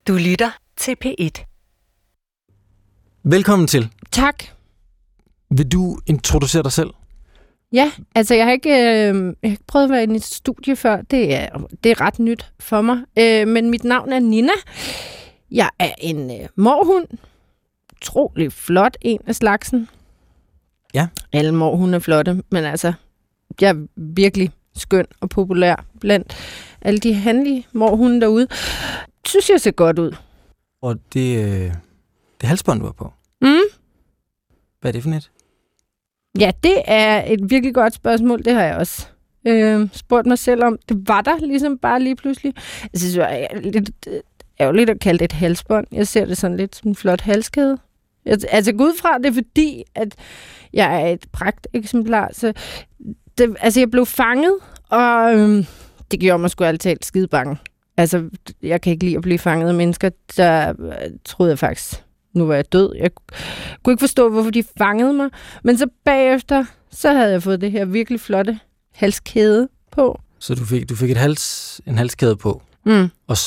Du lytter til P1. Velkommen til. Tak. Vil du introducere dig selv? Ja, altså jeg har ikke prøvet at være i et studie før. Det er ret nyt for mig. Men mit navn er Nina. Jeg er en mårhund. Utrolig flot en af slagsen. Ja. Alle mårhunde er flotte, men altså, jeg er virkelig skøn og populær blandt alle de hanlige mårhunde derude. Synes jeg ser godt ud. Og det halsbånd, du har på. Mm. Hvad er det for net? Ja, det er et virkelig godt spørgsmål. Det har jeg også spurgt mig selv om. Det var der ligesom bare lige pludselig. Jeg synes, det er lidt ærgerligt at kalde det et halsbånd. Jeg ser det sådan lidt som en flot halskæde. Altså gå ud fra det, fordi at jeg er et pragteksemplar. Så jeg blev fanget, og det gjorde mig sgu altid skide bange. Altså, jeg kan ikke lide at blive fanget af mennesker. Der troede jeg faktisk, nu var jeg død. Jeg kunne ikke forstå, hvorfor de fangede mig. Men så bagefter, så havde jeg fået det her virkelig flotte halskæde på. Så du fik en halskæde på, og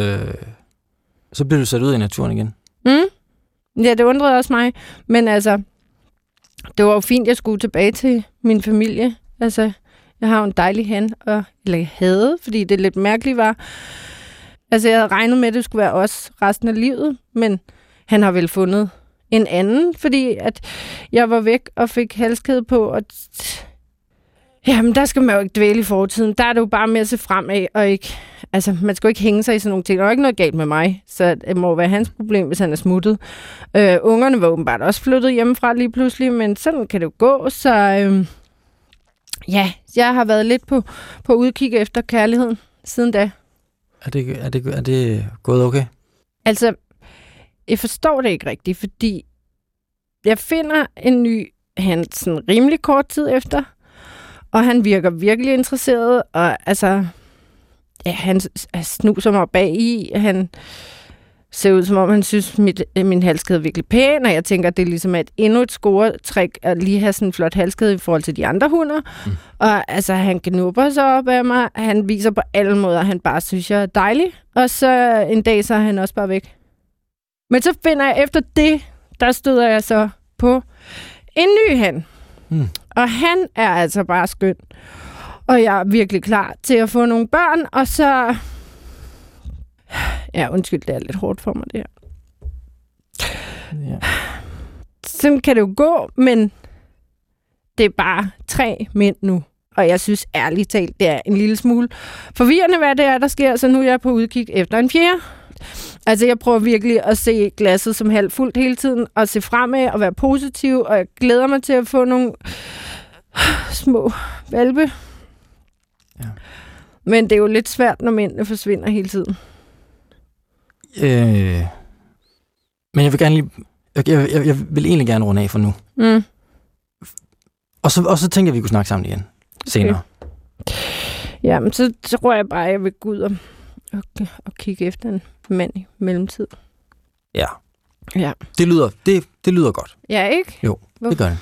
så blev du sat ud i naturen igen? Mm. Ja, det undrede også mig. Men altså, det var jo fint, jeg skulle tilbage til min familie. Altså, jeg har jo en dejlig eller jeg havde, fordi det lidt mærkeligt var. Altså, jeg havde regnet med, at det skulle være os resten af livet, men han har vel fundet en anden, fordi at jeg var væk og fik halskæde på, og jamen, der skal man jo ikke dvæle i fortiden. Der er det jo bare med at se fremad, og ikke, altså, man skal jo ikke hænge sig i sådan nogle ting. Der er jo ikke noget galt med mig, så det må være hans problem, hvis han er smuttet. Ungerne var åbenbart også flyttet hjemmefra lige pludselig, men sådan kan det jo gå, så ja, jeg har været lidt på udkig efter kærligheden siden da. Er det gået okay? Altså, jeg forstår det ikke rigtigt, fordi jeg finder en ny, han sådan rimelig kort tid efter, og han virker virkelig interesseret, og altså, ja, han snuser mig bag i, han ser ud som om, han synes, min halskæde er virkelig pæn, og jeg tænker, at det ligesom er endnu et scoretræk at lige have sådan en flot halskæde i forhold til de andre hunder. Mm. Og altså, han knupper sig op af mig, han viser på alle måder, han bare synes, jeg er dejlig, og så en dag, så er han også bare væk. Men så finder jeg efter det, der støder jeg så på en ny han. Mm. Og han er altså bare skøn. Og jeg er virkelig klar til at få nogle børn, og så... Ja, undskyld, det er lidt hårdt for mig, det her. Ja. Sådan kan det jo gå, men det er bare 3 mænd nu. Og jeg synes ærligt talt, det er en lille smule forvirrende, hvad det er, der sker, så nu er jeg på udkig efter en 4. Altså, jeg prøver virkelig at se glasset som halvt fuldt hele tiden, og se fremad og være positiv, og jeg glæder mig til at få nogle små hvalpe. Ja. Men det er jo lidt svært, når mændene forsvinder hele tiden. Men jeg vil gerne lige... Jeg vil egentlig gerne runde af for nu. Mm. Og så tænker jeg, at vi kunne snakke sammen igen senere. Okay. Ja, men så tror jeg bare, at jeg vil gå ud og kigge efter en mand i mellemtid. Ja. Ja. Det lyder godt. Ja, ikke? Jo, det gør det.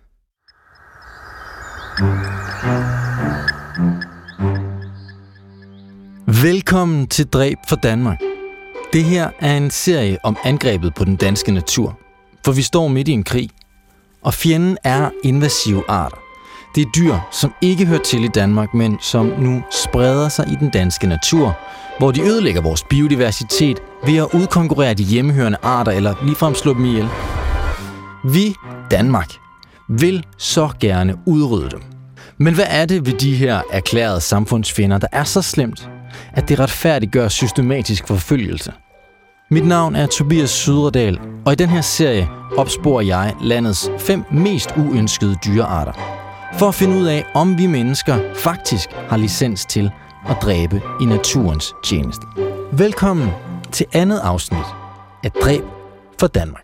Velkommen til Dræb for Danmark. Det her er en serie om angrebet på den danske natur. For vi står midt i en krig, og fjenden er invasive arter. Det er dyr, som ikke hører til i Danmark, men som nu spreder sig i den danske natur, hvor de ødelægger vores biodiversitet ved at udkonkurrere de hjemmehørende arter eller ligefrem slå dem ihjel. Vi, Danmark, vil så gerne udrydde dem. Men hvad er det ved de her erklærede samfundsfjender, der er så slemt, at det retfærdiggør systematisk forfølgelse? Mit navn er Tobias Sydredal, og i den her serie opsporer jeg landets 5 mest uønskede dyrearter, for at finde ud af, om vi mennesker faktisk har licens til at dræbe i naturens tjeneste. Velkommen til andet afsnit af Dræb for Danmark.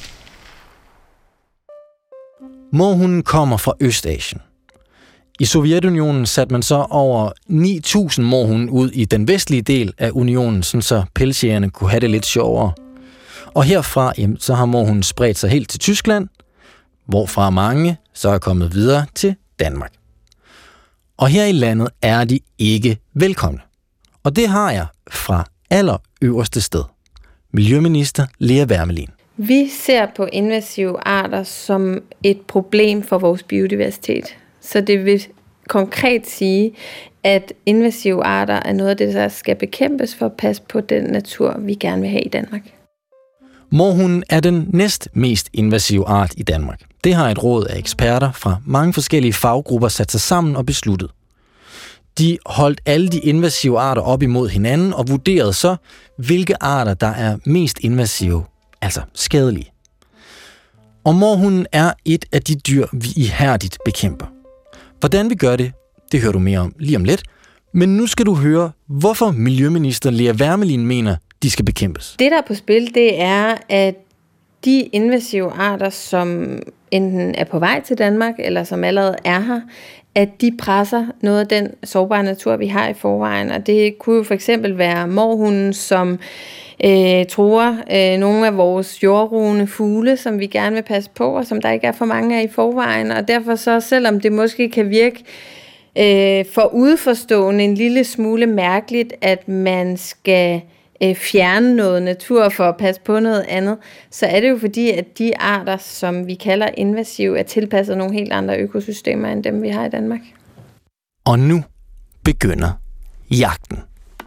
Mårhunden kommer fra Østasien. I Sovjetunionen satte man så over 9.000 mårhunde ud i den vestlige del af unionen, så pelsjægerne kunne have det lidt sjovere. Og herfra så har mårhunden spredt sig helt til Tyskland, hvorfra mange så er kommet videre til Danmark. Og her i landet er de ikke velkomne. Og det har jeg fra allerøverste sted. Miljøminister Lea Wermelin. Vi ser på invasive arter som et problem for vores biodiversitet. Så det vil konkret sige, at invasive arter er noget af det, der skal bekæmpes for at passe på den natur, vi gerne vil have i Danmark. Mårhunden er den næst mest invasive art i Danmark. Det har et råd af eksperter fra mange forskellige faggrupper sat sig sammen og besluttet. De holdt alle de invasive arter op imod hinanden og vurderede så, hvilke arter, der er mest invasive, altså skadelige. Og mårhunden er et af de dyr, vi ihærdigt bekæmper. Hvordan vi gør det, det hører du mere om lige om lidt. Men nu skal du høre, hvorfor miljøminister Lea Wermelin mener, de skal bekæmpes. Det, der er på spil, det er, at de invasive arter, som enten er på vej til Danmark, eller som allerede er her, at de presser noget af den sårbare natur, vi har i forvejen. Og det kunne jo for eksempel være mårhunden, som truer nogle af vores jordrugende fugle, som vi gerne vil passe på, og som der ikke er for mange af i forvejen. Og derfor så, selvom det måske kan virke for udforstående en lille smule mærkeligt, at man skal fjerne noget natur for at passe på noget andet, så er det jo fordi, at de arter, som vi kalder invasive, er tilpasset nogle helt andre økosystemer, end dem vi har i Danmark. Og nu begynder jagten.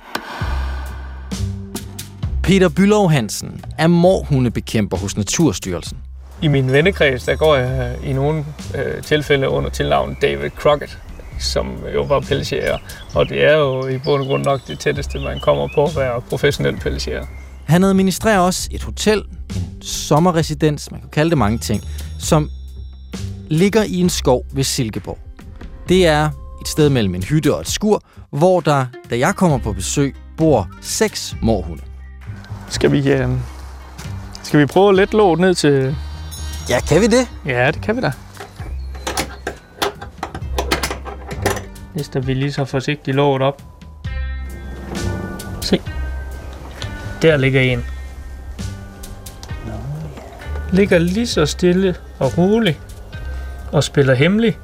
Peter Bülow Hansen er mårhundebekæmper hos Naturstyrelsen. I min vennekreds, der går jeg i nogle tilfælde under tilnavn David Crockett, som jo var pelsjæger. Og det er jo i bund og grund nok det tætteste, man kommer på at være professionel pelsjæger. Han administrerer også et hotel, en sommerresidens, man kan kalde det mange ting, som ligger i en skov ved Silkeborg. Det er et sted mellem en hytte og et skur, hvor der, da jeg kommer på besøg, bor 6 mårhunde. Skal vi prøve at lette låget ned til... Ja, kan vi det? Ja, det kan vi da. Lister vi lige så forsigtigt låget op. Se. Der ligger en. Ligger lige så stille og rolig og spiller hemmelig.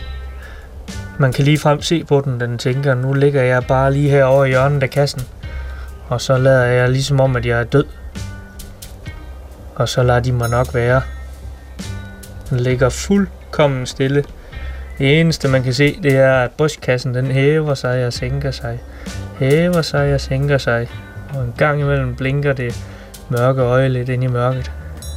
Man kan ligefrem se på den, den tænker, nu ligger jeg bare lige herovre i hjørnet af kassen. Og så lader jeg ligesom om, at jeg er død. Og så lader de mig nok være. Den ligger fuldkommen stille. Det eneste, man kan se, det er, at brystkassen den hæver sig og sænker sig. Hæver sig og sænker sig. Og en gang imellem blinker det mørke øje lidt ind i mørket.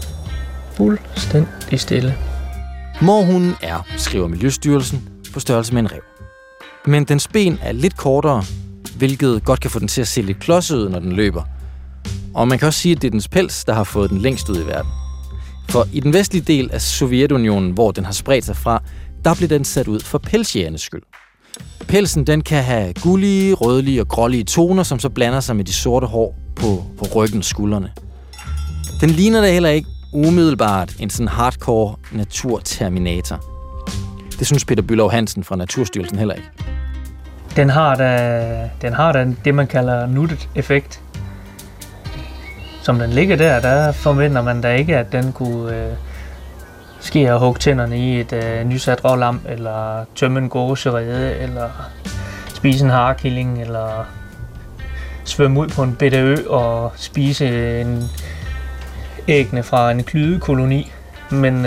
Fuldstændig stille. Mårhunden er, skriver Miljøstyrelsen, på størrelse med en ræv. Men dens ben er lidt kortere, hvilket godt kan få den til at se lidt klodset ud, når den løber. Og man kan også sige, at det er dens pels, der har fået den længst ud i verden. For i den vestlige del af Sovjetunionen, hvor den har spredt sig fra, der blev den sat ud for pelsjægernes skyld. Pelsen den kan have gullige, rødlige og grålige toner, som så blander sig med de sorte hår på ryggen og skuldrene. Den ligner da heller ikke umiddelbart en sådan hardcore naturterminator. Det synes Peter Bülow Hansen fra Naturstyrelsen heller ikke. Den har da det, man kalder nuttet effekt. Som den ligger der forventer man da ikke, at den kunne ske og hugge tænderne i et nysat rålam, eller tømme en gåserede, eller spise en harekilling, eller svømme ud på en bitte ø og spise en æggene fra en klydekoloni. Men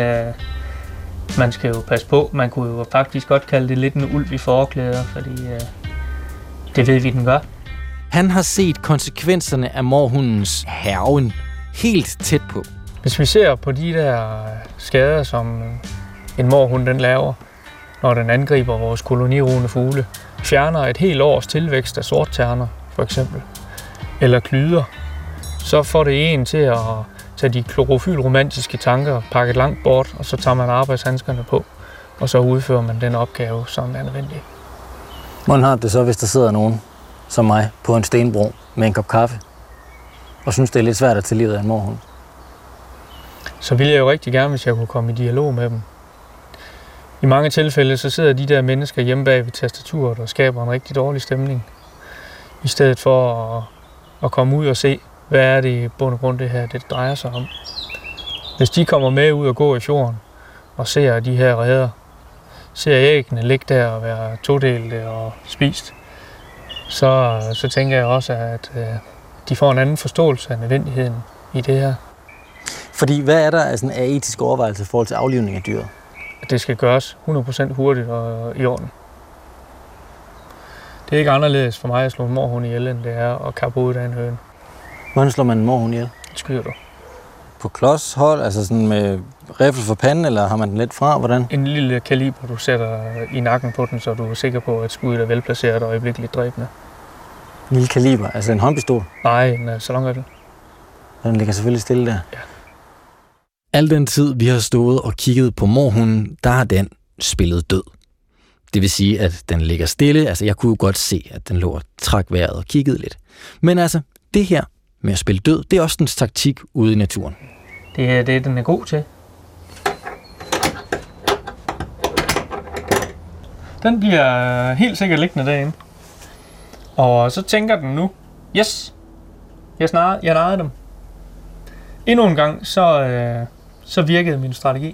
man skal jo passe på. Man kunne jo faktisk godt kalde det lidt en ulv i forklæder, fordi det ved vi, den gør. Han har set konsekvenserne af mårhundens hærgen helt tæt på. Hvis vi ser på de der skader, som en mårhund den laver, når den angriber vores kolonirugende fugle, fjerner et helt års tilvækst af sortterner, for eksempel, eller klyder, så får det en til at tage de klorofylromantiske tanker pakket langt bort, og så tager man arbejdshandskerne på, og så udfører man den opgave, som er nødvendig. Hvordan har det så, hvis der sidder nogen som mig på en stenbro med en kop kaffe, og synes, det er lidt svært at tage livet af en mårhund? Så ville jeg jo rigtig gerne, hvis jeg kunne komme i dialog med dem. I mange tilfælde, så sidder de der mennesker hjemme bag ved tastaturet og skaber en rigtig dårlig stemning. I stedet for at komme ud og se, hvad er det i bund og grund det her, det drejer sig om. Hvis de kommer med ud og gå i fjorden og ser de her reder, ser æggene ligge der og være todelte og spist, så tænker jeg også, at de får en anden forståelse af nødvendigheden i det her. Fordi hvad er der af sådan af etisk overvejelse i forhold til aflivning af dyret? At det skal gøres 100% hurtigt og i orden. Det er ikke anderledes for mig at slå en morhund ihjel, end det er at kappe ud af en høne. Hvordan slår man en morhund ihjel? Skyder du. På klodshold, altså sådan med riffel for panden, eller har man den lidt fra? Hvordan? En lille kaliber, du sætter i nakken på den, så du er sikker på, at skuddet er velplaceret og øjeblikkeligt dræbende. En lille kaliber, altså en håndpistol? Nej, en salonriffel. Den ligger selvfølgelig stille der. Ja. Al den tid, vi har stået og kigget på morhunden, der har den spillet død. Det vil sige, at den ligger stille. Altså, jeg kunne jo godt se, at den lå og trak vejret og kiggede lidt. Men altså, det her med at spille død, det er også dens taktik ude i naturen. Det er det, den er god til. Den bliver helt sikkert liggende derinde. Og så tænker den nu, yes, jeg narrede dem. Endnu en gang, så virkede min strategi.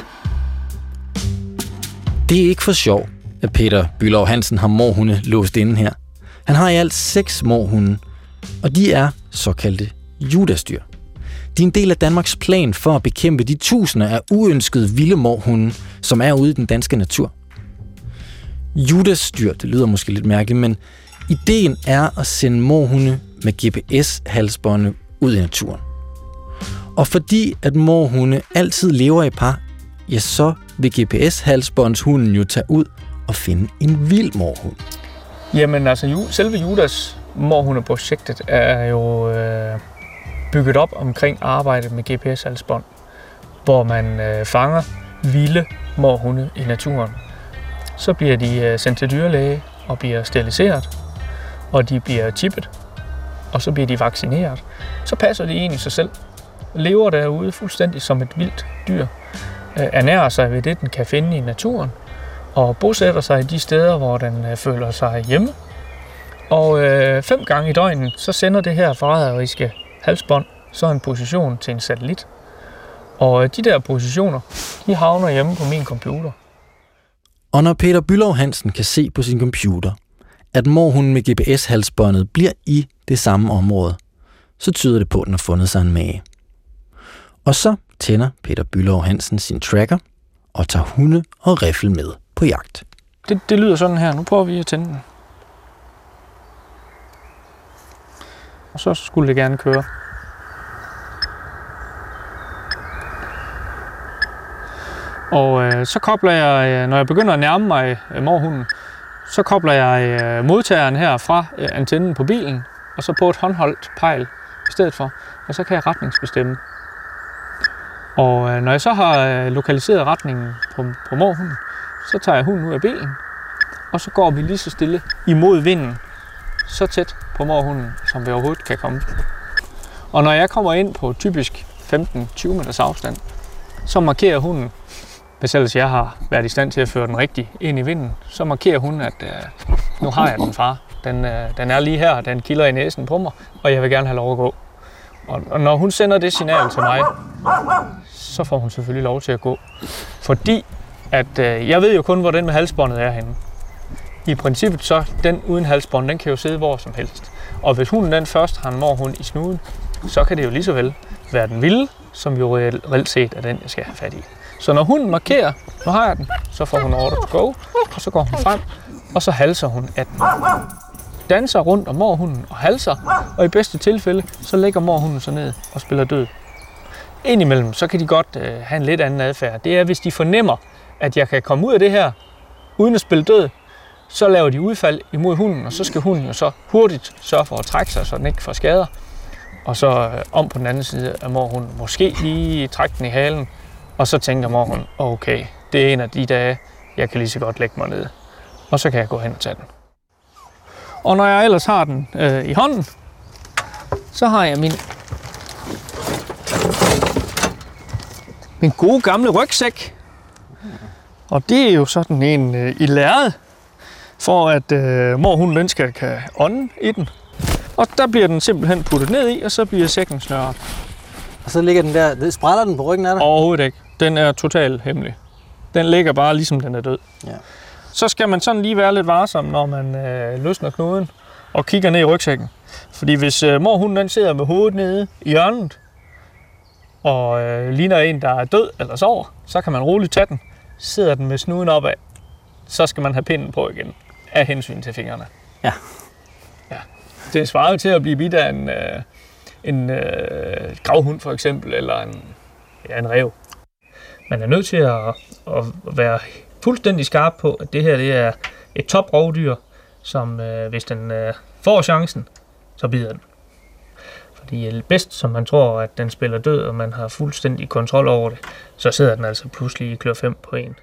Det er ikke for sjov, at Peter Bülow Hansen har morhunde låst inde her. Han har i alt 6 morhunde, og de er såkaldte Judasdyr. De er en del af Danmarks plan for at bekæmpe de tusinder af uønskede vilde morhunde, som er ude i den danske natur. Judasdyr, det lyder måske lidt mærkeligt, men ideen er at sende morhunde med GPS-halsbånde ud i naturen. Og fordi at morhunde altid lever i par, ja, så vil GPS-halsbåndshunden jo tage ud og finde en vild morhund. Jamen altså, selve Judas morhundeprojektet er jo bygget op omkring arbejdet med GPS-halsbånd, hvor man fanger vilde morhunde i naturen. Så bliver de sendt til dyrlæge og bliver steriliseret, og de bliver chippet, og så bliver de vaccineret. Så passer de egentlig sig selv. Lever derude fuldstændig som et vildt dyr. Ernærer sig ved det, den kan finde i naturen, og bosætter sig i de steder, hvor den føler sig hjemme. Og 5 gange i døgnet, så sender det her forræderiske halsbånd så en position til en satellit. Og de der positioner, de havner hjemme på min computer. Og når Peter Bülow Hansen kan se på sin computer, at morhunden med GPS-halsbåndet bliver i det samme område, så tyder det på, at den har fundet sig en mage. Og så tænder Peter Bülow Hansen sin tracker og tager hunde og riffel med på jagt. Det lyder sådan her. Nu prøver vi at tænde den. Og så skulle det gerne køre. Og så kobler jeg, når jeg begynder at nærme mig morhunden, så kobler jeg modtageren her fra antennen på bilen, og så på et håndholdt pejl i stedet for. Og så kan jeg retningsbestemme. Og når jeg så har lokaliseret retningen på morhunden, så tager jeg hunden ud af bilen, og så går vi lige så stille imod vinden, så tæt på morhunden, som vi overhovedet kan komme. Og når jeg kommer ind på typisk 15-20 meters afstand, så markerer hunden, hvis ellers jeg har været i stand til at føre den rigtig ind i vinden, så markerer hunden, at nu har jeg den far. Den er lige her, den kilder i næsen på mig, og jeg vil gerne have lov at gå. Og når hun sender det signal til mig, så får hun selvfølgelig lov til at gå. Fordi at jeg ved jo kun, hvor den med halsbåndet er henne. I princippet så, den uden halsbånd, den kan jo sidde hvor som helst. Og hvis hunden den først har en morhund i snuden, så kan det jo lige så vel være den vilde, som jo reelt set er den, jeg skal have fat i. Så når hunden markerer, nu har jeg den, så får hun order to go, og så går hun frem, og så halser hun af den. Danser rundt om morhunden og halser, og i bedste tilfælde, så lægger morhunden sig ned og spiller død. Indimellem, så kan de godt have en lidt anden adfærd. Det er, hvis de fornemmer, at jeg kan komme ud af det her, uden at spille død, så laver de udfald imod hunden, og så skal hunden jo så hurtigt sørge for at trække sig, så den ikke får skader. Og så om på den anden side af morhunden, måske lige trække den i halen, og så tænker morhunden, okay, det er en af de dage, jeg kan lige så godt lægge mig ned. Og så kan jeg gå hen og tage den. Og når jeg ellers har den i hånden, så har jeg min gode gamle rygsæk. Og det er jo sådan en i lærred, for at morhunden den kan ånde i den. Og der bliver den simpelthen puttet ned i, og så bliver sækken snørret. Og så ligger den der, spræller den på ryggen af dig? Overhovedet ikke. Den er totalt hemmelig. Den ligger bare ligesom den er død. Ja. Så skal man sådan lige være lidt varsom, når man løsner knuden, og kigger ned i rygsækken. Fordi hvis morhunden den sidder med hovedet nede i hjørnet, og ligner en, der er død eller sover, så kan man roligt tage den. Sidder den med snuden opad, så skal man have pinden på igen, af hensyn til fingrene. Ja. Det svarer til at blive bidt af en gravhund for eksempel, eller en ræv. Man er nødt til at være fuldstændig skarp på, at det her det er et toprovdyr, som hvis den får chancen, så bider den. Fordi bedst, som man tror, at den spiller død, og man har fuldstændig kontrol over det, så sidder den altså pludselig i klør 5 på en.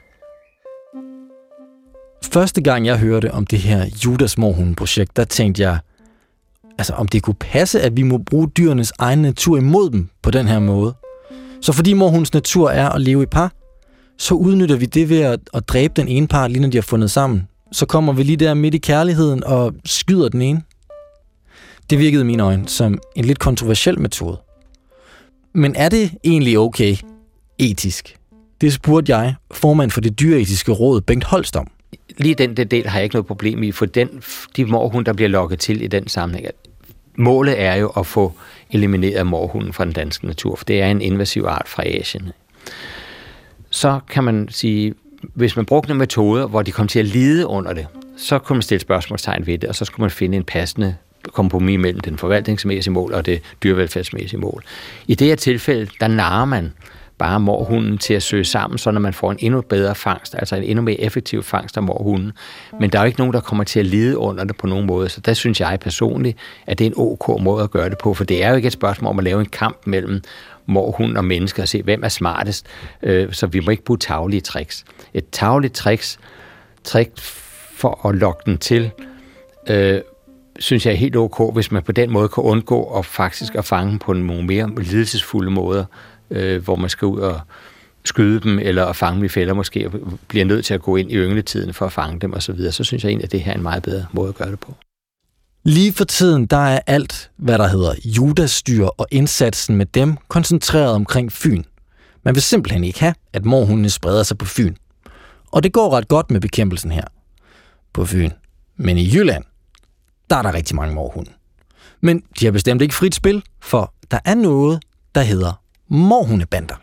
Første gang jeg hørte om det her Judas morhunde-projekt, der tænkte jeg, altså om det kunne passe, at vi må bruge dyrenes egen natur imod dem på den her måde. Så fordi morhundens natur er at leve i par, så udnytter vi det ved at dræbe den ene part, lige når de har fundet sammen. Så kommer vi lige der midt i kærligheden og skyder den ene. Det virkede i mine øjne som en lidt kontroversiel metode. Men er det egentlig okay etisk? Det spurgte jeg formand for det dyreetiske råd, Bengt Holst, om. Lige den del har jeg ikke noget problem i, for de morhunde, der bliver lokket til i den sammenhæng. Målet er jo at få elimineret morhunden fra den danske natur, for det er en invasiv art fra Asien. Så kan man sige, hvis man brugte nogle metoder, hvor de kom til at lide under det, så kunne man stille spørgsmålstegn ved det, og så skulle man finde en passende kompromis mellem den forvaltningsmæssige mål og det dyrevelfærdsmæssige mål. I det her tilfælde, der narrer man bare morhunden til at søge sammen, så når man får en endnu bedre fangst, altså en endnu mere effektiv fangst af morhunden. Men der er jo ikke nogen, der kommer til at lide under det på nogen måde, så der synes jeg personligt, at det er en ok måde at gøre det på, for det er jo ikke et spørgsmål om at lave en kamp mellem morhund og mennesker og se, hvem er smartest, så vi må ikke bruge tarvelige tricks. Et tarveligt trick for at lokke den til, synes jeg er helt ok, hvis man på den måde kan undgå at faktisk at fange på nogle mere lidelsesfulde måder, hvor man skal ud og skyde dem, eller at fange dem i fælder måske, og bliver nødt til at gå ind i yngletiden for at fange dem osv., så synes jeg egentlig, at det her er en meget bedre måde at gøre det på. Lige for tiden, der er alt, hvad der hedder Judas-dyr og indsatsen med dem, koncentreret omkring Fyn. Man vil simpelthen ikke have, at morhundene spreder sig på Fyn. Og det går ret godt med bekæmpelsen her på Fyn. Men i Jylland, der er der rigtig mange morhunde. Men de har bestemt ikke frit spil, for der er noget, der hedder morhundebander.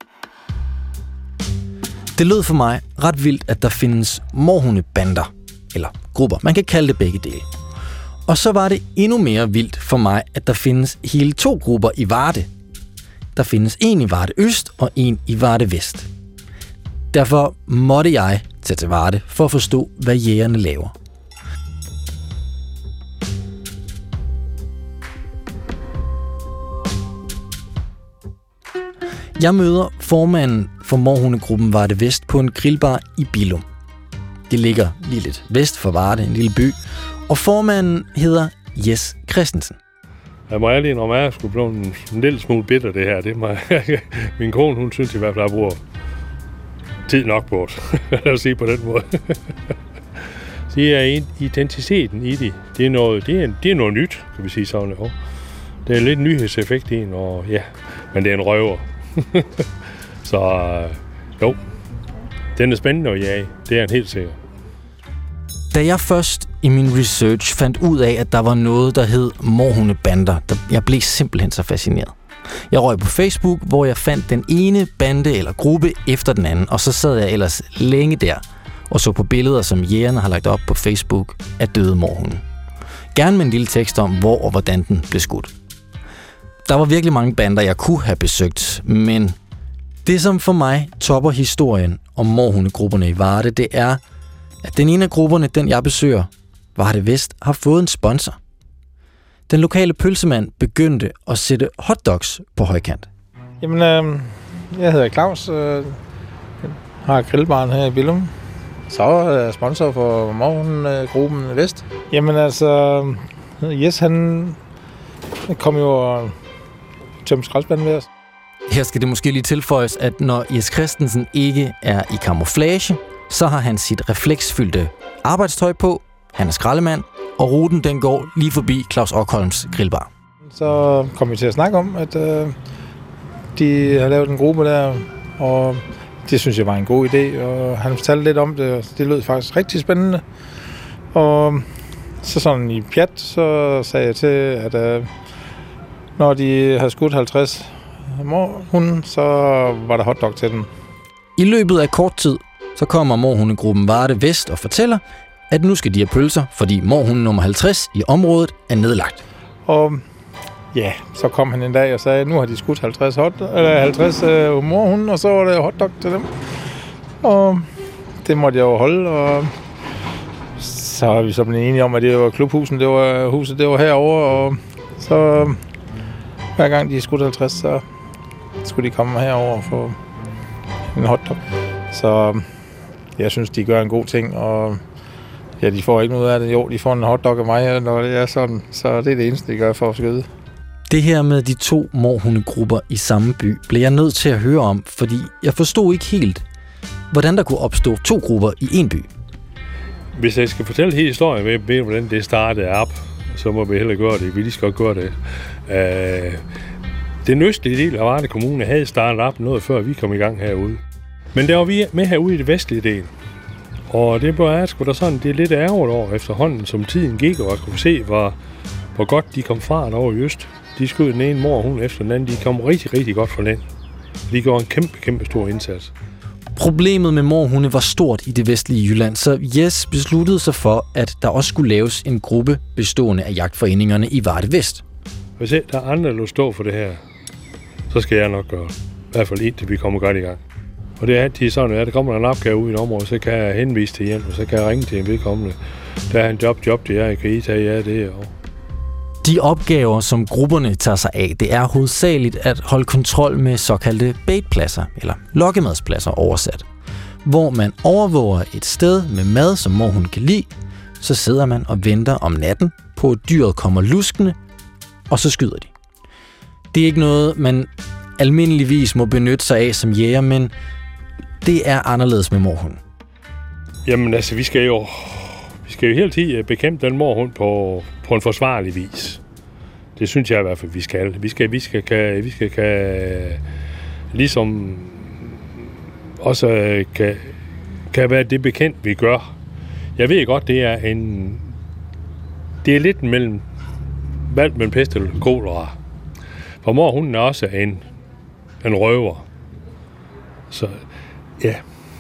Det lød for mig ret vildt, at der findes morhundebander, eller grupper. Man kan kalde det begge dele. Og så var det endnu mere vildt for mig, at der findes hele 2 grupper i Varde. Der findes en i Varde Øst og en i Varde Vest. Derfor måtte jeg tage til Varde for at forstå, hvad jægerne laver. Jeg møder formanden for morhundegruppen Varde Vest på en grillbar i Billum. Det ligger lige lidt vest for Varde, en lille by, og formanden hedder Jes Christensen. Jeg må ærlig indrømme, at jeg skulle blive en lille smule bitter det her. Det må min kone, hun synes i hvert fald, at jeg bruger tid nok på det. Lad os sige på den måde. Det er identiteten i det. Det er noget nyt, kan vi sige sådan. Det er lidt nyhedseffekt i den, og ja, men det er en røver. Så jo, den er spændende at jage. Det er en helt sikker. Da jeg først i min research fandt ud af, at der var noget, der hed morhundebander, jeg blev simpelthen så fascineret. Jeg røg på Facebook, hvor jeg fandt den ene bande eller gruppe efter den anden, og så sad jeg ellers længe der og så på billeder, som jægerne har lagt op på Facebook af døde morhunde. Gerne med en lille tekst om, hvor og hvordan den blev skudt. Der var virkelig mange bander, jeg kunne have besøgt, men det, som for mig topper historien om morhundegrupperne i Varde, det er, at den ene af grupperne, den jeg besøger, Varde Vest, har fået en sponsor. Den lokale pølsemand begyndte at sætte hotdogs på højkant. Jamen, jeg hedder Claus, har grillbaren her i Billum. Så er jeg sponsor for morhundegruppen Vest. Jamen altså, Jes, han kom jo og tømte skraldespanden ved os. Her skal det måske lige tilføjes, at når Jes Christensen ikke er i camouflage, så har han sit refleksfyldte arbejdstøj på, han er skraldemand, og ruten den går lige forbi Claus Okholms grillbar. Så kom vi til at snakke om, at de har lavet en gruppe der, og det synes jeg var en god idé, og han fortalte lidt om det, og det lød faktisk rigtig spændende. Og Så sådan i pjat, så sagde jeg til, at når de havde skudt 50 morhunden, så var der hotdog til dem. I løbet af kort tid, så kommer morhundegruppen Varde Vest og fortæller, at nu skal de have pølser, fordi morhunden nummer 50 i området er nedlagt. Og ja, så kom han en dag og sagde, at nu har de skudt 50 morhunden, og så var der hotdog til dem. Og det måtte jeg jo holde, og så er vi så blevet enige om, at det var klubhuset, det var herovre, og så hver gang de skudt 50, så skulle de komme herover og få en hotdog. Så jeg synes, de gør en god ting, og ja, de får ikke noget af det. Jo, de får en hotdog af mig, når det er sådan, så det er det eneste, de gør for at skyde. Det her med de 2 morhundegrupper i samme by blev jeg nødt til at høre om, fordi jeg forstod ikke helt, hvordan der kunne opstå 2 grupper i en by. Hvis jeg skal fortælle hele historien med, hvordan det startede op, så må vi heller gøre det. Vi lige skal gøre det. Den østlige del af Varde Kommune havde startet op noget før vi kom i gang herude. Men der var vi med herude i det vestlige del. Og det var sgu da sådan, det er lidt ærgerligt over efterhånden, som tiden gik, og jeg kunne se, hvor godt de kom fra derovre i øst. De skød den ene morhund efter den anden. De kom rigtig, rigtig godt fra land. De gjorde en kæmpe stor indsats. Problemet med morhunde var stort i det vestlige Jylland, så Jes besluttede sig for, at der også skulle laves en gruppe bestående af jagtforeningerne i Varde Vest. Hvis der er andre, der vil stå for det her, så skal jeg nok gøre det. I hvert fald indtil vi kommer godt i gang. Og det er altid sådan, at der kommer en opgave ud i et område, så kan jeg henvise til hjælp, og så kan jeg ringe til en vedkommende. Der er en job det er, kan I tage jer det og... De opgaver, som grupperne tager sig af, det er hovedsageligt at holde kontrol med såkaldte baitpladser, eller lokkemadspladser oversat. Hvor man overvåger et sted med mad, som morhunden kan lide, så sidder man og venter om natten på, at dyret kommer luskende, og så skyder de. Det er ikke noget, man almindeligvis må benytte sig af som jæger, men det er anderledes med morhunden. Jamen altså, vi skal jo hele tiden bekæmpe den morhund på en forsvarlig vis. Det synes jeg i hvert fald, vi skal. Vi skal ligesom også kan være det bekendt, vi gør. Jeg ved godt, det er lidt mellem valg mellem pest og kolera. For morhunden er også en røver. Så ja,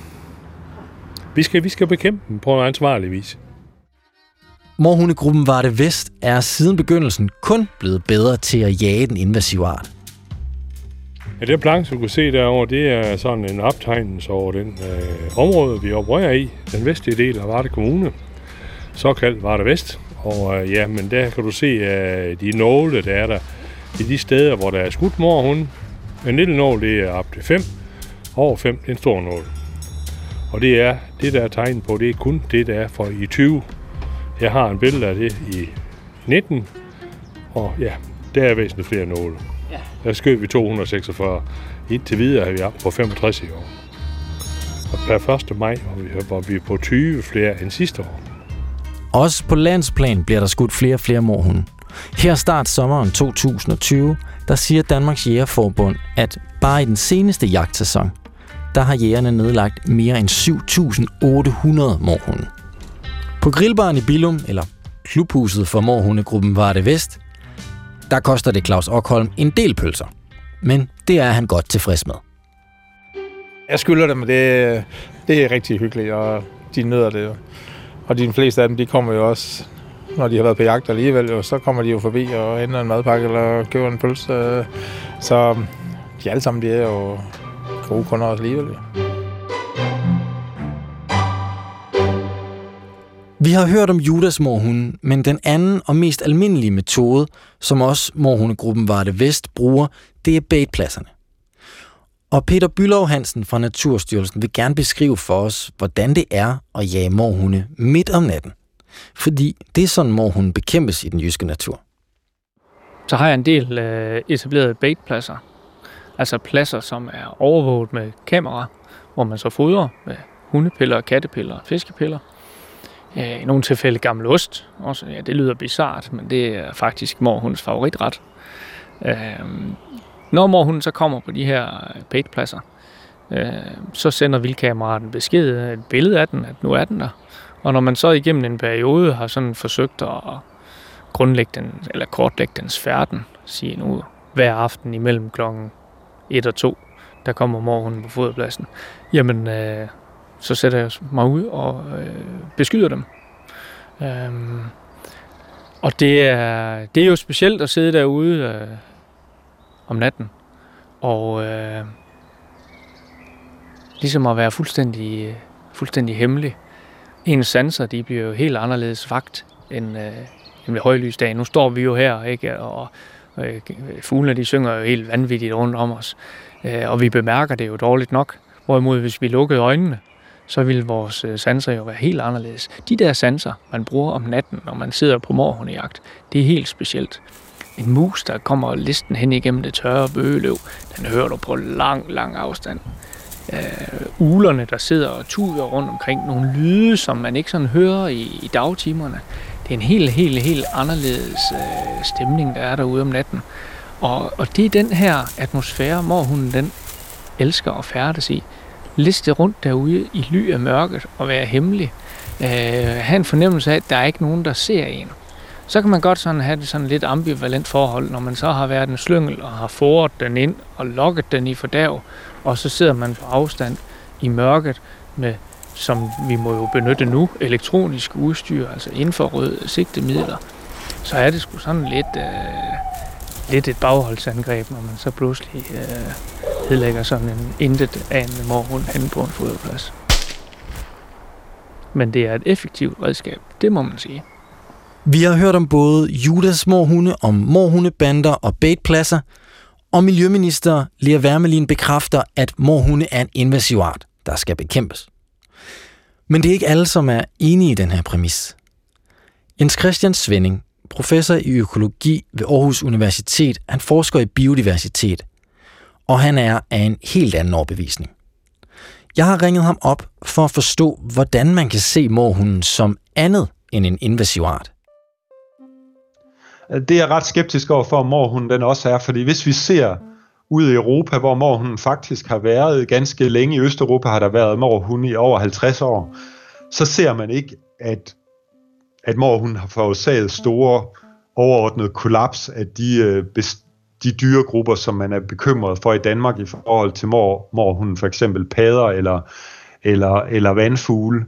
vi skal bekæmpe dem på en ansvarlig vis. Morhundegruppen Varde Vest er siden begyndelsen kun blevet bedre til at jage den invasive art. Ja, det planche, du kan se derovre, det er sådan en optegnelse over den område, vi opererer i. Den vestlige del af Varde Kommune, såkaldt Varde Vest. Og ja, men der kan du se de nåle, der er der i de steder, hvor der er skudt morhunde. En lille nål, det er op til 5. Over 5, det er en stor nål. Og det er det, der er tegnet på, det er kun det, der er for i 20. Jeg har en billede af det i 19, og ja, der er væsentligt flere nåle. Ja. Der skød vi 246. Indtil videre har vi op på 65 i år. Og per 1. maj var vi på 20 flere end sidste år. Også på landsplan bliver der skudt flere morhunde. Her start sommeren 2020, der siger Danmarks Jægerforbund, at bare i den seneste jagtsæson, der har jægerne nedlagt mere end 7.800 morhunde. På grillbaren i Billum, eller klubhuset for morhundegruppen Varde Vest, der koster det Claus Okholm en del pølser. Men det er han godt tilfreds med. Jeg skylder dem, det er rigtig hyggeligt, og de nyder det. Og de fleste af dem, de kommer jo også, når de har været på jagt alligevel, og så kommer de jo forbi og henter en madpakke eller køber en pølse. Så de alle sammen, de er jo gode kunder også alligevel. Vi har hørt om Judas morhunde, men den anden og mest almindelige metode, som også morhundegruppen Varde Vest bruger, det er baitpladserne. Og Peter Bülow Hansen fra Naturstyrelsen vil gerne beskrive for os, hvordan det er at jage morhunde midt om natten. Fordi det er sådan, morhunden bekæmpes i den jyske natur. Så har jeg en del etablerede baitpladser. Altså pladser, som er overvåget med kamera, hvor man så fodrer med hundepiller, kattepiller og fiskepiller. I nogle tilfælde gammel ost. Også, ja, det lyder bizart, men det er faktisk morhundens favoritret. Når morhunden så kommer på de her baitpladser, så sender vildkameraten besked, et billede af den, at nu er den der. Og når man så igennem en periode har sådan forsøgt at kortlægge dens færden, sige nu hver aften imellem klokken 1 og 2, der kommer morhunden på foderpladsen, jamen så sætter jeg mig ud og beskyder dem. Og det er jo specielt at sidde derude om natten og ligesom at være fuldstændig hemmelig. Ens sanser, de bliver jo helt anderledes vagt end ved højlysdag. Nu står vi jo her, ikke? Og fuglene, de synger jo helt vanvittigt rundt om os. Og vi bemærker det jo dårligt nok. Hvorimod, hvis vi lukkede øjnene, så ville vores sanser jo være helt anderledes. De der sanser, man bruger om natten, når man sidder på morhundejagt, det er helt specielt. En mus, der kommer listen hen igennem det tørre bøgeløv, den hører du på lang afstand. Uglerne, der sidder og tuder rundt omkring, nogle lyde, som man ikke sådan hører i dagtimerne. Det er en helt anderledes stemning, der er derude om natten. Og det er den her atmosfære, morhunden den elsker at færdes i. Liste rundt derude i ly af mørket og være hemmelig. Have en fornemmelse af, at der er ikke nogen, der ser en. Så kan man godt sådan have det sådan lidt ambivalent forhold, når man så har været en slyngel og har foret den ind og lokket den i fordærv, og så sidder man på afstand i mørket med, som vi må jo benytte nu, elektronisk udstyr, altså infrarøde sigtemidler. Så er det sgu sådan lidt et bagholdsangreb, når man så pludselig hedlægger sådan en intet anende morhund hen på en foderplads. Men det er et effektivt redskab, det må man sige. Vi har hørt om både Judas morhunde, om morhundebander og baitpladser, og miljøminister Lea Wermelin bekræfter, at morhunde er en invasiv art, der skal bekæmpes. Men det er ikke alle, som er enige i den her præmis. Jens Christian Svending, professor i økologi ved Aarhus Universitet, han forsker i biodiversitet, og han er af en helt anden overbevisning. Jeg har ringet ham op for at forstå, hvordan man kan se morhunden som andet end en invasiv art. Det er jeg ret skeptisk over for, om morhunden den også er, fordi hvis vi ser ud i Europa, hvor morhunden faktisk har været ganske længe, i Østeuropa har der været morhunde i over 50 år, så ser man ikke, at morhunden har forårsaget store overordnede kollaps af de dyregrupper, som man er bekymret for i Danmark i forhold til morhunden, for eksempel padder eller vandfugle.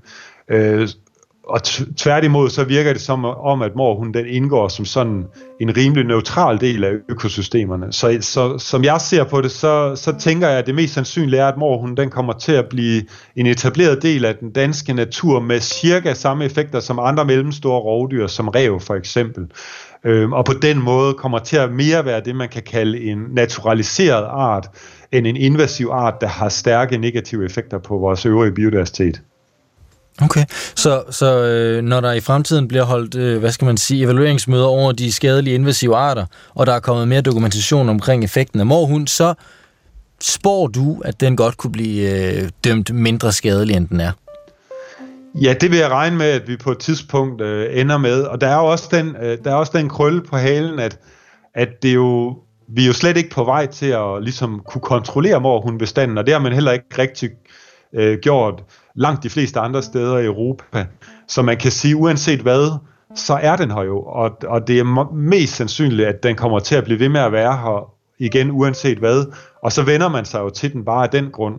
Og tværtimod så virker det som om, at morhunden den indgår som sådan en rimelig neutral del af økosystemerne. Så som jeg ser på det, så tænker jeg, at det mest sandsynlige er, at morhunden den kommer til at blive en etableret del af den danske natur med cirka samme effekter som andre mellemstore rovdyr, som ræv for eksempel. Og på den måde kommer til at mere være det, man kan kalde en naturaliseret art, end en invasiv art, der har stærke negative effekter på vores øvrige biodiversitet. Okay, så når der i fremtiden bliver holdt, evalueringsmøder over de skadelige invasive arter, og der er kommet mere dokumentation omkring effekten af morhund, så spår du, at den godt kunne blive dømt mindre skadelig, end den er? Ja, det vil jeg regne med, at vi på et tidspunkt ender med. Og der er også den krølle på halen, at vi er jo slet ikke på vej til at ligesom kunne kontrollere morhundbestanden, og det har man heller ikke rigtig gjort langt de fleste andre steder i Europa. Så man kan sige, uanset hvad, så er den her jo, og det er mest sandsynligt, at den kommer til at blive ved med at være her igen, uanset hvad. Og så vender man sig jo til den bare af den grund.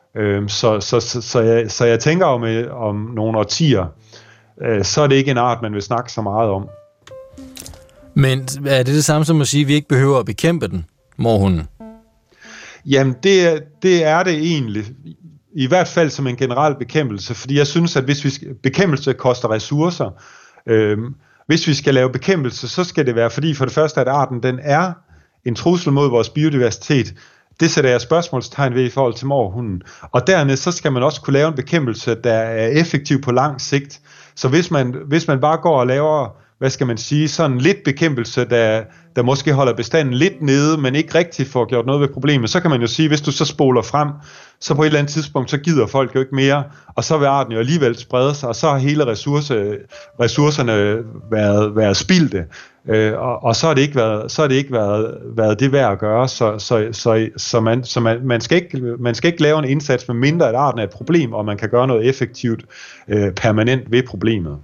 Så jeg tænker om nogle årtier, så er det ikke en art, man vil snakke så meget om. Men er det samme som at sige, at vi ikke behøver at bekæmpe den, morhunden? Jamen, det er det egentlig. I hvert fald som en generel bekæmpelse, fordi jeg synes, at bekæmpelse koster ressourcer. Hvis vi skal lave bekæmpelse, så skal det være, fordi for det første, at arten den er en trussel mod vores biodiversitet. Det sætter jeg spørgsmålstegn ved i forhold til morhunden. Og dernæst så skal man også kunne lave en bekæmpelse, der er effektiv på lang sigt. Så hvis man bare går og laver hvad skal man sige, sådan lidt bekæmpelse, der måske holder bestanden lidt nede, men ikke rigtig får gjort noget ved problemet, så kan man jo sige, hvis du så spoler frem, så på et eller andet tidspunkt, så gider folk jo ikke mere, og så vil arten jo alligevel sprede sig, og så har hele ressourcerne været spildte, og så har det ikke været det værd at gøre, så man skal ikke lave en indsats, med mindre at arten er et problem, og man kan gøre noget effektivt permanent ved problemet.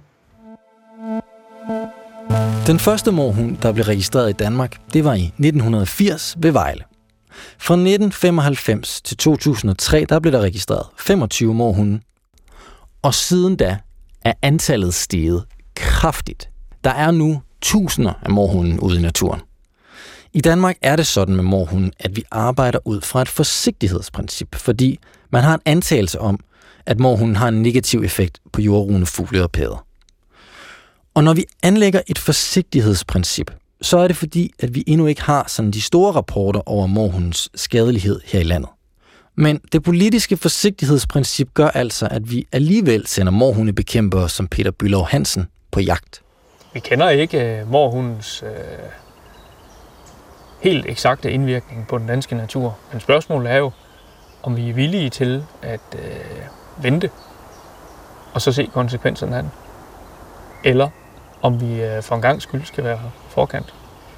Den første mårhund, der blev registreret i Danmark, det var i 1980 ved Vejle. Fra 1995 til 2003, der blev der registreret 25 mårhunde. Og siden da er antallet steget kraftigt. Der er nu tusinder af mårhunde ude i naturen. I Danmark er det sådan med mårhunden, at vi arbejder ud fra et forsigtighedsprincip, fordi man har en antagelse om, at mårhunden har en negativ effekt på jordrugende fugle og padder. Og når vi anlægger et forsigtighedsprincip, så er det fordi, at vi endnu ikke har sådan de store rapporter over mårhundens skadelighed her i landet. Men det politiske forsigtighedsprincip gør altså, at vi alligevel sender mårhundebekæmpere som Peter Bülow Hansen på jagt. Vi kender ikke mårhundens helt eksakte indvirkning på den danske natur. Men spørgsmålet er jo, om vi er villige til at vente og så se konsekvenserne af den. Eller om vi for en gang skyld skal være forkant.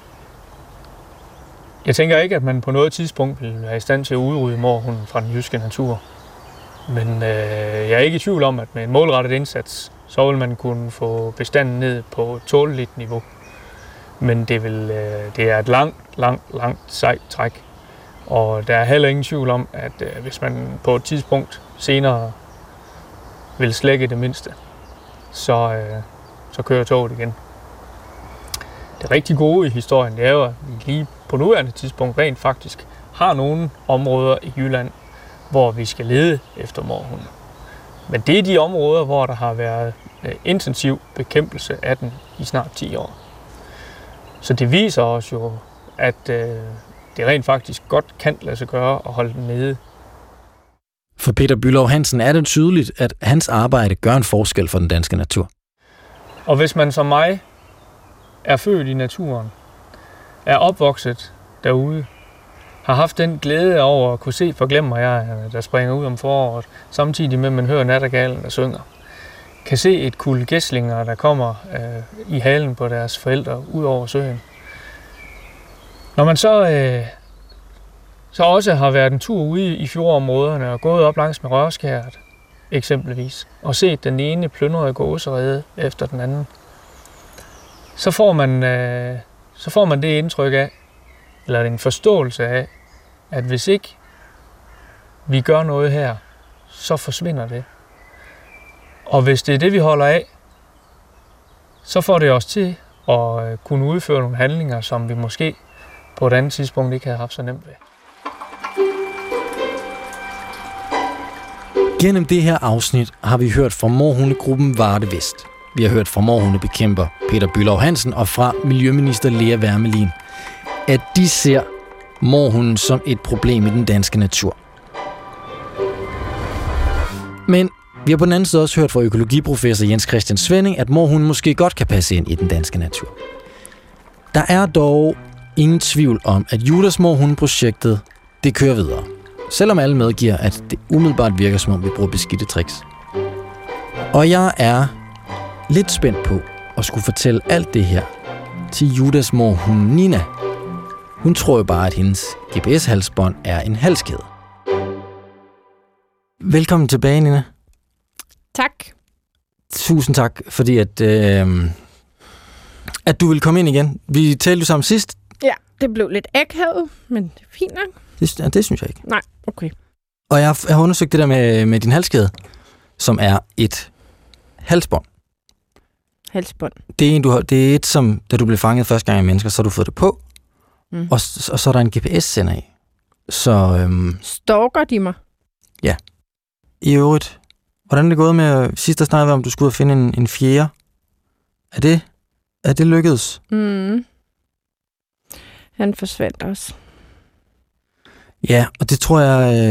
Jeg tænker ikke, at man på noget tidspunkt vil være i stand til at udrydde mårhunden fra den jyske natur. Men jeg er ikke i tvivl om, at med en målrettet indsats, så vil man kunne få bestanden ned på et tåleligt niveau. Men det er et langt sejt træk. Og der er heller ingen tvivl om, at hvis man på et tidspunkt senere vil slække det mindste, så kører toget igen. Det rigtig gode i historien, det er jo, at vi lige på nuværende tidspunkt rent faktisk har nogle områder i Jylland, hvor vi skal lede efter mårhunde. Men det er de områder, hvor der har været intensiv bekæmpelse af den i snart 10 år. Så det viser os jo, at det rent faktisk godt kan lade sig gøre at holde den nede. For Peter Bülow Hansen er det tydeligt, at hans arbejde gør en forskel for den danske natur. Og hvis man som mig er født i naturen, er opvokset derude, har haft den glæde over at kunne se forglemmerjegerne, der springer ud om foråret, samtidig med, at man hører nattergalen, der synger. Kan se et kuld gæslinger, der kommer i halen på deres forældre ud over søen. Når man så også har været en tur ude i fjordområderne og gået op langs med Rørskæret, eksempelvis, og set den ene plyndrede gåserede efter den anden, så får man det indtryk af, eller en forståelse af, at hvis ikke vi gør noget her, så forsvinder det. Og hvis det er det, vi holder af, så får det os til at kunne udføre nogle handlinger, som vi måske på et andet tidspunkt ikke havde haft så nemt ved. Gennem det her afsnit har vi hørt fra mårhundegruppen Varde Vest. Vi har hørt fra mårhundebekæmper Peter Bülow Hansen og fra miljøminister Lea Wermelin, at de ser mårhunden som et problem i den danske natur. Men vi har på den anden side også hørt fra økologiprofessor Jens Christian Svenning, at mårhunden måske godt kan passe ind i den danske natur. Der er dog ingen tvivl om, at Judas mårhundeprojektet, det kører videre. Selvom alle medgiver, at det umiddelbart virker, som om vi bruger beskidte tricks. Og jeg er lidt spændt på at skulle fortælle alt det her til Judas mårhund Nina. Hun tror jo bare, at hendes GPS-halsbånd er en halskæde. Velkommen tilbage, Nina. Tak. Tusind tak, fordi at du vil komme ind igen. Vi talte jo sammen sidst. Ja, det blev lidt akavet, men det er fint nok. Det synes jeg ikke. Nej, okay. Og jeg har undersøgt det der med din halskæde, som er et halsbånd. Halsbånd. Det er et, som da du blev fanget første gang af mennesker, så har du fået det på, og så er der en GPS-sender i. Så stalker de mig? Ja. I øvrigt, hvordan er det gået med sidst der snakkede om, du skulle ud og finde en fjerde? Er det lykkedes? Han forsvandt også. Ja, og det tror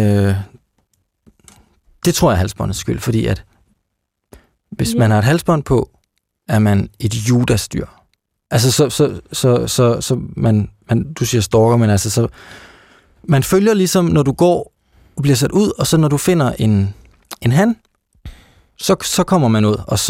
jeg er halsbåndets skyld, fordi at hvis man har et halsbånd på, er man et Judas-dyr. Altså, så man, du siger stalker, men altså, så man følger ligesom, når du går og bliver sat ud, og så når du finder en han, så kommer man ud, og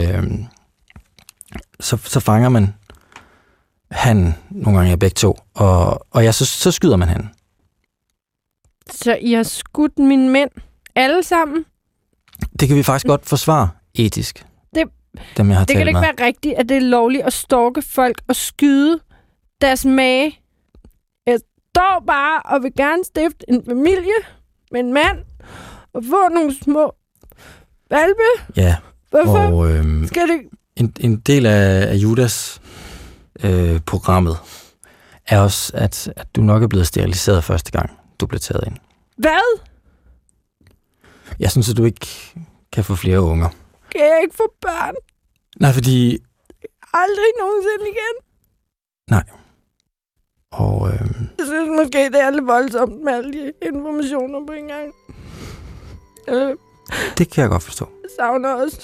så fanger man han, nogle gange begge to, og ja, så skyder man han. Så I har skudt mine mænd alle sammen? Det kan vi faktisk godt forsvare etisk. Dem, jeg har det kan ikke være rigtigt, at det er lovligt at stalke folk og skyde deres mage. Jeg står bare og vil gerne stifte en familie med en mand og få nogle små hvalpe. Ja. Hvorfor og skal det... En del af Judas programmet er også, at du nok er blevet steriliseret første gang, du blev taget ind. Hvad? Jeg synes, at du ikke kan få flere unger. Kan jeg ikke få børn? Nej, fordi... Aldrig nogensinde igen? Nej. Og... Jeg synes måske, det er lidt voldsomt med alle de informationer på en gang. Det kan jeg godt forstå. Jeg savner også.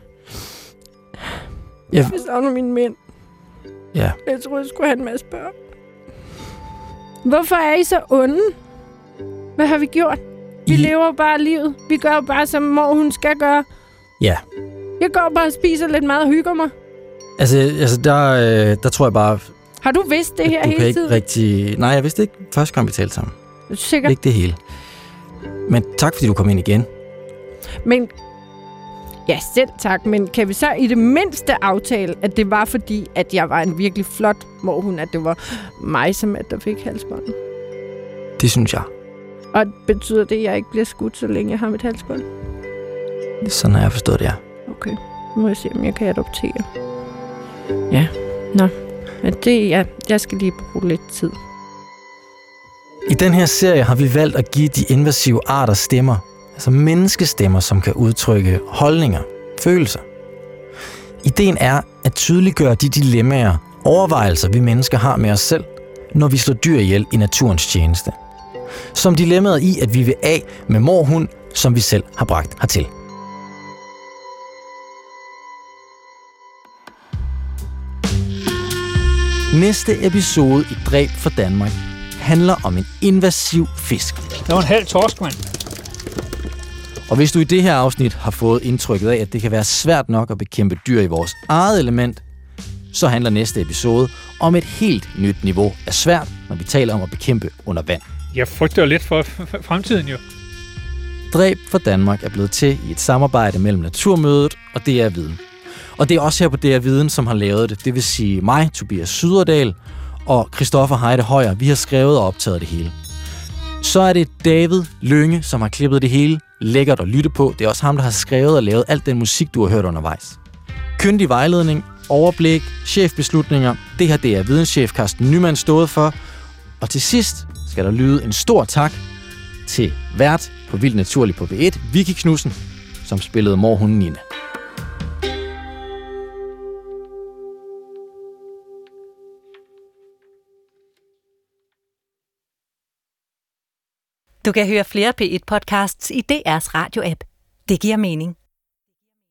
Ja. Jeg savner mine mænd. Ja. Jeg tror, jeg skulle have en masse børn. Hvorfor er I så onde? Hvad har vi gjort? Vi lever bare livet. Vi gør bare, som mor hun skal gøre. Ja. Jeg går bare og spiser lidt mad og hygger mig. Altså der tror jeg bare... Har du vidst det her hele tiden? Rigtig... Nej, jeg vidste ikke første gang, vi talte sammen. Sikkert. Ikke det hele. Men tak, fordi du kom ind igen. Men... Ja, selv tak. Men kan vi så i det mindste aftale, at det var fordi, at jeg var en virkelig flot morhund, at det var mig, som at der fik halsbåndet? Det synes jeg. Og betyder det, at jeg ikke bliver skudt, så længe jeg har mit halsbånd? Sådan har jeg forstået det, ja. Okay. Nu må jeg se, om jeg kan adoptere. Ja. Nå. Men det, jeg skal lige bruge lidt tid. I den her serie har vi valgt at give de invasive arter stemmer. Altså menneskestemmer, som kan udtrykke holdninger, følelser. Ideen er at tydeliggøre de dilemmaer, overvejelser, vi mennesker har med os selv, når vi slår dyr ihjel i naturens tjeneste. Som dilemmaet i, at vi vil af med morhund, som vi selv har bragt hertil. Næste episode i Dræb for Danmark handler om en invasiv fisk. Det var en halv torsk, mand. Og hvis du i det her afsnit har fået indtrykket af, at det kan være svært nok at bekæmpe dyr i vores eget element, så handler næste episode om et helt nyt niveau af svært, når vi taler om at bekæmpe under vand. Jeg frygter lidt for fremtiden jo. Dræb for Danmark er blevet til i et samarbejde mellem Naturmødet og DR Viden. Og det er også her på DR Viden, som har lavet det. Det vil sige mig, Tobias Syderdal og Christoffer Heide Højer. Vi har skrevet og optaget det hele. Så er det David Lynge, som har klippet det hele. Lækkert at lytte på. Det er også ham, der har skrevet og lavet alt den musik, du har hørt undervejs. Kyndig vejledning, overblik, chefbeslutninger. Det har DR Videnschef Carsten Nyman stået for. Og til sidst skal der lyde en stor tak til vært på Vildt Naturligt på V1, Vicky Knudsen, som spillede morhunden Nina. Du kan høre flere P1-podcasts i DR's radio-app. Det giver mening.